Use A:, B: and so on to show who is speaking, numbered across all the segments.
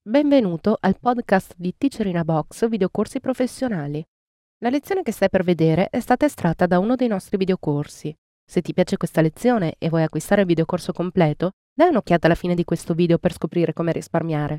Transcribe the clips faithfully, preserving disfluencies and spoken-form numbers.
A: Benvenuto al podcast di Teacher in a Box videocorsi professionali. La lezione che stai per vedere è stata estratta da uno dei nostri videocorsi. Se ti piace questa lezione e vuoi acquistare il videocorso completo, dai un'occhiata alla fine di questo video per scoprire come risparmiare.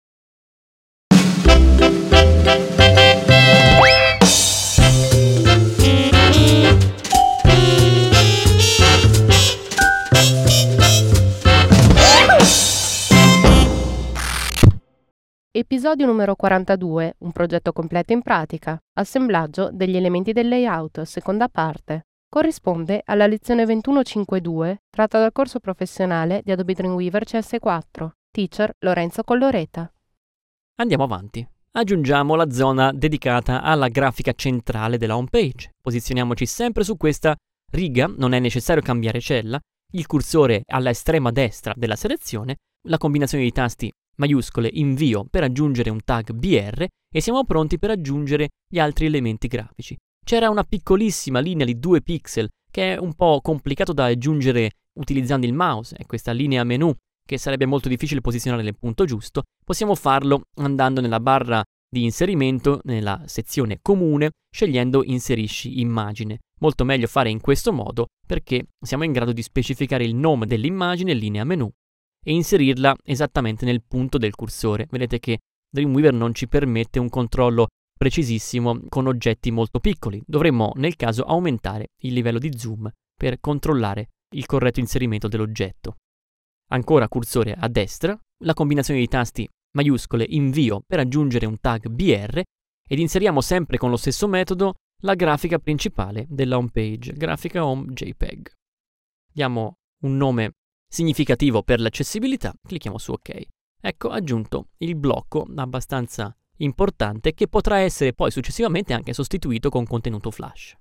A: Episodio numero quarantadue, un progetto completo in pratica, assemblaggio degli elementi del layout, seconda parte. Corrisponde alla lezione ventuno cinquantadue, tratta dal corso professionale di Adobe Dreamweaver C S quattro. Teacher Lorenzo Colloreta.
B: Andiamo avanti. Aggiungiamo la zona dedicata alla grafica centrale della home page. Posizioniamoci sempre su questa riga, non è necessario cambiare cella, il cursore alla estrema destra della selezione, la combinazione di tasti maiuscole invio per aggiungere un tag B R e siamo pronti per aggiungere gli altri elementi grafici. C'era una piccolissima linea di due pixel che è un po' complicato da aggiungere utilizzando il mouse e questa linea menu che sarebbe molto difficile posizionare nel punto giusto. Possiamo farlo andando nella barra di inserimento nella sezione comune scegliendo inserisci immagine. Molto meglio fare in questo modo perché siamo in grado di specificare il nome dell'immagine linea menu e inserirla esattamente nel punto del cursore. Vedete che Dreamweaver non ci permette un controllo precisissimo con oggetti molto piccoli. Dovremmo nel caso aumentare il livello di zoom per controllare il corretto inserimento dell'oggetto. Ancora cursore a destra, la combinazione di tasti maiuscole invio per aggiungere un tag B R ed inseriamo sempre con lo stesso metodo la grafica principale della home page, grafica home JPEG. Diamo un nome significativo per l'accessibilità, clicchiamo su OK. Ecco aggiunto il blocco abbastanza importante che potrà essere poi successivamente anche sostituito con contenuto flash.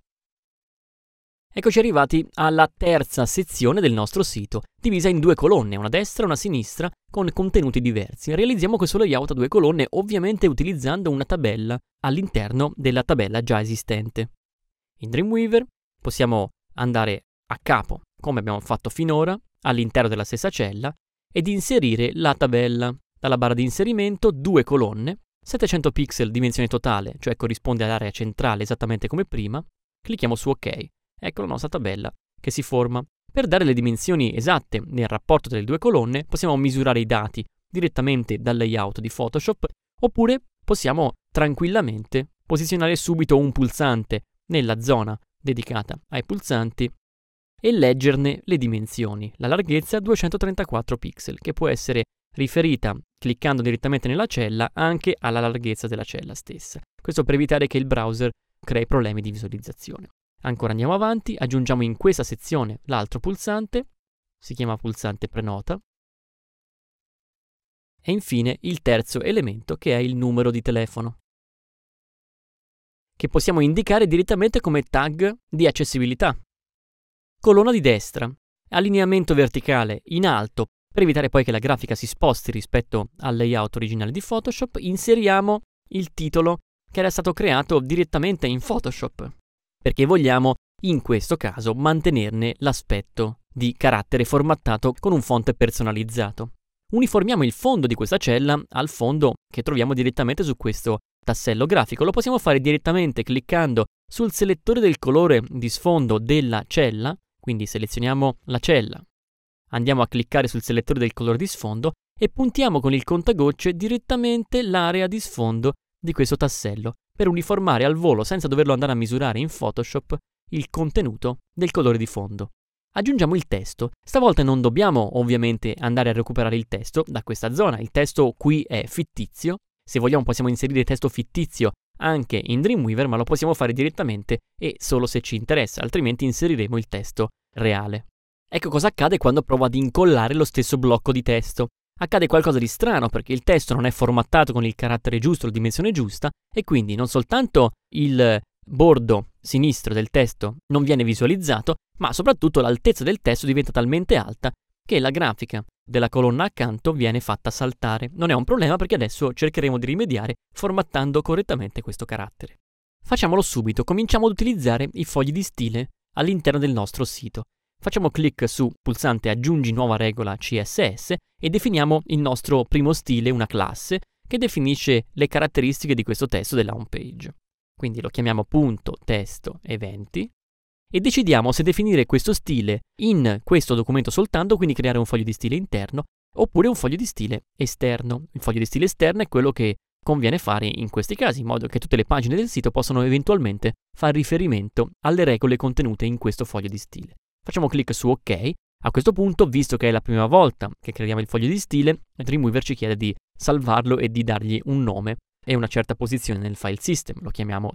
B: Eccoci arrivati alla terza sezione del nostro sito, divisa in due colonne, una a destra e una a sinistra, con contenuti diversi. Realizziamo questo layout a due colonne, ovviamente utilizzando una tabella all'interno della tabella già esistente. In Dreamweaver possiamo andare a capo, come abbiamo fatto finora, all'interno della stessa cella ed inserire la tabella. Dalla barra di inserimento due colonne, settecento pixel dimensione totale, cioè corrisponde all'area centrale esattamente come prima, clicchiamo su OK. Ecco la nostra tabella che si forma. Per dare le dimensioni esatte nel rapporto delle due colonne possiamo misurare i dati direttamente dal layout di Photoshop oppure possiamo tranquillamente posizionare subito un pulsante nella zona dedicata ai pulsanti e leggerne le dimensioni. La larghezza duecentotrentaquattro pixel, che può essere riferita, cliccando direttamente nella cella, anche alla larghezza della cella stessa. Questo per evitare che il browser crei problemi di visualizzazione. Ancora andiamo avanti, aggiungiamo in questa sezione l'altro pulsante, si chiama pulsante prenota, e infine il terzo elemento che è il numero di telefono, che possiamo indicare direttamente come tag di accessibilità. Colonna di destra, allineamento verticale in alto, per evitare poi che la grafica si sposti rispetto al layout originale di Photoshop, inseriamo il titolo che era stato creato direttamente in Photoshop, perché vogliamo in questo caso mantenerne l'aspetto di carattere formattato con un font personalizzato. Uniformiamo il fondo di questa cella al fondo che troviamo direttamente su questo tassello grafico. Lo possiamo fare direttamente cliccando sul selettore del colore di sfondo della cella. Quindi selezioniamo la cella, andiamo a cliccare sul selettore del colore di sfondo e puntiamo con il contagocce direttamente l'area di sfondo di questo tassello per uniformare al volo, senza doverlo andare a misurare in Photoshop, il contenuto del colore di fondo. Aggiungiamo il testo. Stavolta non dobbiamo ovviamente andare a recuperare il testo da questa zona. Il testo qui è fittizio. Se vogliamo possiamo inserire testo fittizio anche in Dreamweaver, ma lo possiamo fare direttamente e solo se ci interessa, altrimenti inseriremo il testo reale. Ecco cosa accade quando provo ad incollare lo stesso blocco di testo. Accade qualcosa di strano perché il testo non è formattato con il carattere giusto, la dimensione giusta, e quindi non soltanto il bordo sinistro del testo non viene visualizzato, ma soprattutto l'altezza del testo diventa talmente alta che la grafica della colonna accanto viene fatta saltare. Non è un problema perché adesso cercheremo di rimediare formattando correttamente questo carattere. Facciamolo subito, cominciamo ad utilizzare i fogli di stile all'interno del nostro sito. Facciamo clic su pulsante aggiungi nuova regola C S S e definiamo il nostro primo stile, una classe, che definisce le caratteristiche di questo testo della home page. Quindi lo chiamiamo punto testo eventi e decidiamo se definire questo stile in questo documento soltanto, quindi creare un foglio di stile interno, oppure un foglio di stile esterno. Il foglio di stile esterno è quello che conviene fare in questi casi, in modo che tutte le pagine del sito possano eventualmente fare riferimento alle regole contenute in questo foglio di stile. Facciamo clic su OK. A questo punto, visto che è la prima volta che creiamo il foglio di stile, Dreamweaver ci chiede di salvarlo e di dargli un nome e una certa posizione nel file system. Lo chiamiamo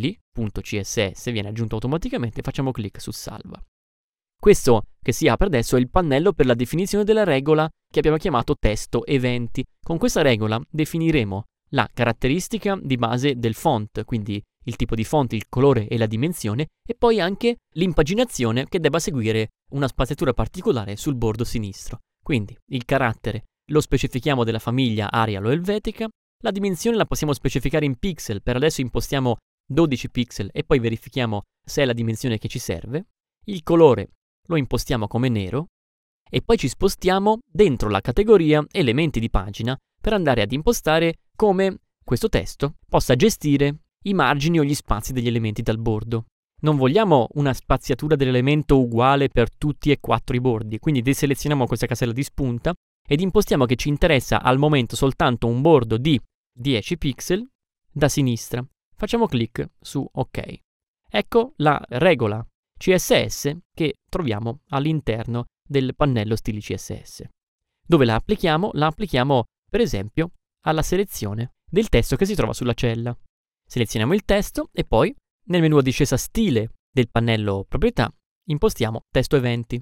B: stili.css, viene aggiunto automaticamente, facciamo clic su salva. Questo che si apre adesso è il pannello per la definizione della regola che abbiamo chiamato testo eventi. Con questa regola definiremo la caratteristica di base del font, quindi il tipo di font, il colore e la dimensione, e poi anche l'impaginazione che debba seguire una spaziatura particolare sul bordo sinistro. Quindi il carattere lo specifichiamo della famiglia Arial o Helvetica, la dimensione la possiamo specificare in pixel, per adesso impostiamo dodici pixel e poi verifichiamo se è la dimensione che ci serve, il colore lo impostiamo come nero e poi ci spostiamo dentro la categoria elementi di pagina per andare ad impostare come questo testo possa gestire i margini o gli spazi degli elementi dal bordo. Non vogliamo una spaziatura dell'elemento uguale per tutti e quattro i bordi, quindi deselezioniamo questa casella di spunta ed impostiamo che ci interessa al momento soltanto un bordo di dieci pixel da sinistra. Facciamo clic su OK. Ecco la regola C S S che troviamo all'interno del pannello stili C S S. Dove la applichiamo? La applichiamo per esempio alla selezione del testo che si trova sulla cella. Selezioniamo il testo e poi nel menu a discesa stile del pannello proprietà impostiamo testo eventi.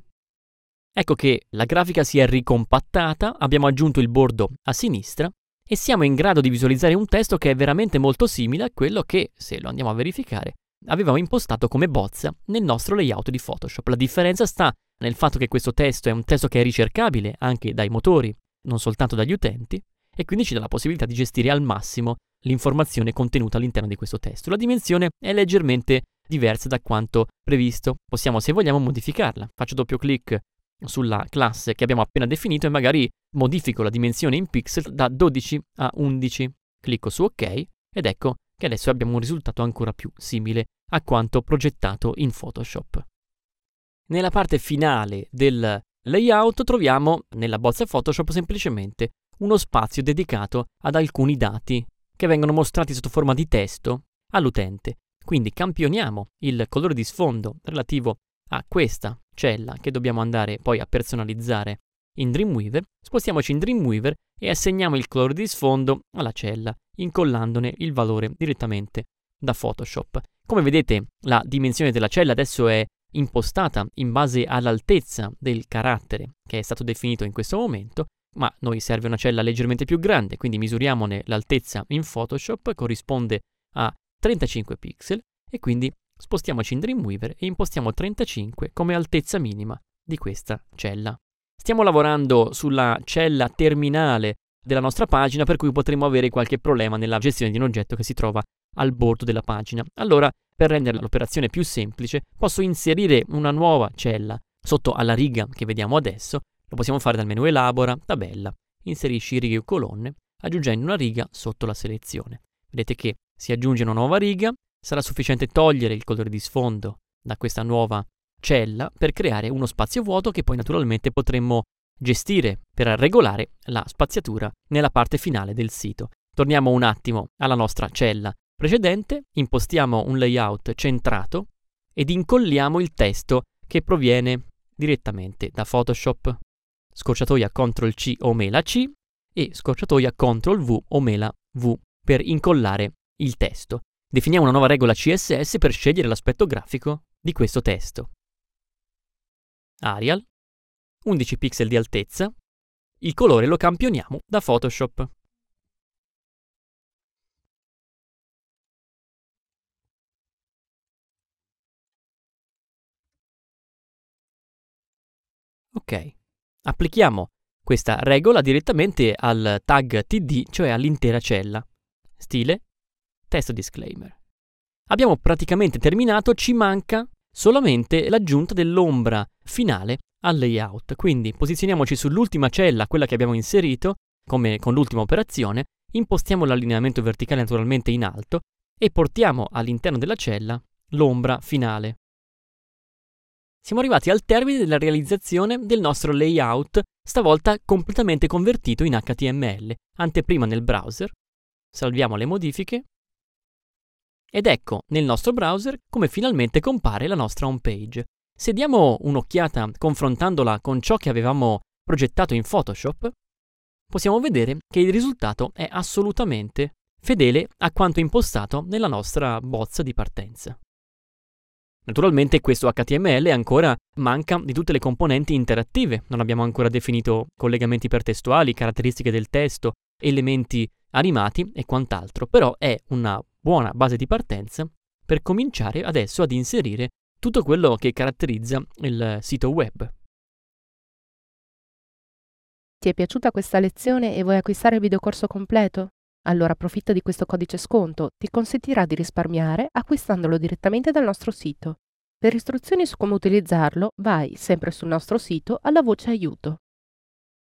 B: Ecco che la grafica si è ricompattata, abbiamo aggiunto il bordo a sinistra e siamo in grado di visualizzare un testo che è veramente molto simile a quello che, se lo andiamo a verificare, avevamo impostato come bozza nel nostro layout di Photoshop. La differenza sta nel fatto che questo testo è un testo che è ricercabile anche dai motori, non soltanto dagli utenti, e quindi ci dà la possibilità di gestire al massimo l'informazione contenuta all'interno di questo testo. La dimensione è leggermente diversa da quanto previsto. Possiamo, se vogliamo, modificarla. Faccio doppio clic sulla classe che abbiamo appena definito e magari modifico la dimensione in pixel da dodici a undici. Clicco su OK ed ecco che adesso abbiamo un risultato ancora più simile a quanto progettato in Photoshop. Nella parte finale del layout troviamo nella bozza Photoshop semplicemente uno spazio dedicato ad alcuni dati che vengono mostrati sotto forma di testo all'utente. Quindi campioniamo il colore di sfondo relativo a questa cella che dobbiamo andare poi a personalizzare in Dreamweaver, spostiamoci in Dreamweaver e assegniamo il colore di sfondo alla cella, incollandone il valore direttamente da Photoshop. Come vedete, la dimensione della cella adesso è impostata in base all'altezza del carattere che è stato definito in questo momento, ma a noi serve una cella leggermente più grande, quindi misuriamone l'altezza in Photoshop, corrisponde a trentacinque pixel e quindi spostiamoci in Dreamweaver e impostiamo trentacinque come altezza minima di questa cella. Stiamo lavorando sulla cella terminale della nostra pagina, per cui potremmo avere qualche problema nella gestione di un oggetto che si trova al bordo della pagina. Allora, per rendere l'operazione più semplice, posso inserire una nuova cella sotto alla riga che vediamo adesso. Lo possiamo fare dal menu Elabora, Tabella, Inserisci righe o colonne, aggiungendo una riga sotto la selezione. Vedete che si aggiunge una nuova riga, sarà sufficiente togliere il colore di sfondo da questa nuova cella per creare uno spazio vuoto che poi naturalmente potremmo gestire per regolare la spaziatura nella parte finale del sito. Torniamo un attimo alla nostra cella precedente, impostiamo un layout centrato ed incolliamo il testo che proviene direttamente da Photoshop. Scorciatoia control C o mela C e scorciatoia control V o mela V per incollare il testo. Definiamo una nuova regola C S S per scegliere l'aspetto grafico di questo testo. Arial, undici pixel di altezza, il colore lo campioniamo da Photoshop. Ok, applichiamo questa regola direttamente al tag T D, cioè all'intera cella. Stile, testo disclaimer. Abbiamo praticamente terminato, ci manca solamente l'aggiunta dell'ombra finale al layout. Quindi posizioniamoci sull'ultima cella, quella che abbiamo inserito come con l'ultima operazione, impostiamo l'allineamento verticale naturalmente in alto e portiamo all'interno della cella l'ombra finale. Siamo arrivati al termine della realizzazione del nostro layout, stavolta completamente convertito in H T M L, anteprima nel browser. Salviamo le modifiche. Ed ecco nel nostro browser come finalmente compare la nostra home page. Se diamo un'occhiata confrontandola con ciò che avevamo progettato in Photoshop, possiamo vedere che il risultato è assolutamente fedele a quanto impostato nella nostra bozza di partenza. Naturalmente questo H T M L ancora manca di tutte le componenti interattive, non abbiamo ancora definito collegamenti ipertestuali, caratteristiche del testo, elementi animati e quant'altro, però è una buona base di partenza per cominciare adesso ad inserire tutto quello che caratterizza il sito web.
A: Ti è piaciuta questa lezione e vuoi acquistare il videocorso completo? Allora approfitta di questo codice sconto, ti consentirà di risparmiare acquistandolo direttamente dal nostro sito. Per istruzioni su come utilizzarlo, vai sempre sul nostro sito alla voce aiuto.